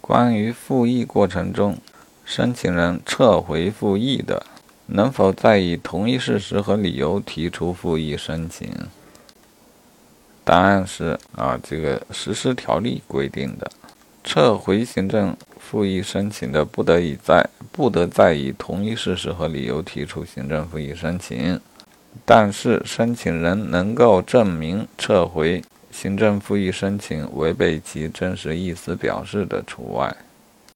关于复议过程中，申请人撤回复议的，能否再以同一事实和理由提出复议申请？答案是这个实施条例规定的，撤回行政复议申请的，不得再以同一事实和理由提出行政复议申请。但是申请人能够证明撤回行政复议申请违背其真实意思表示的除外。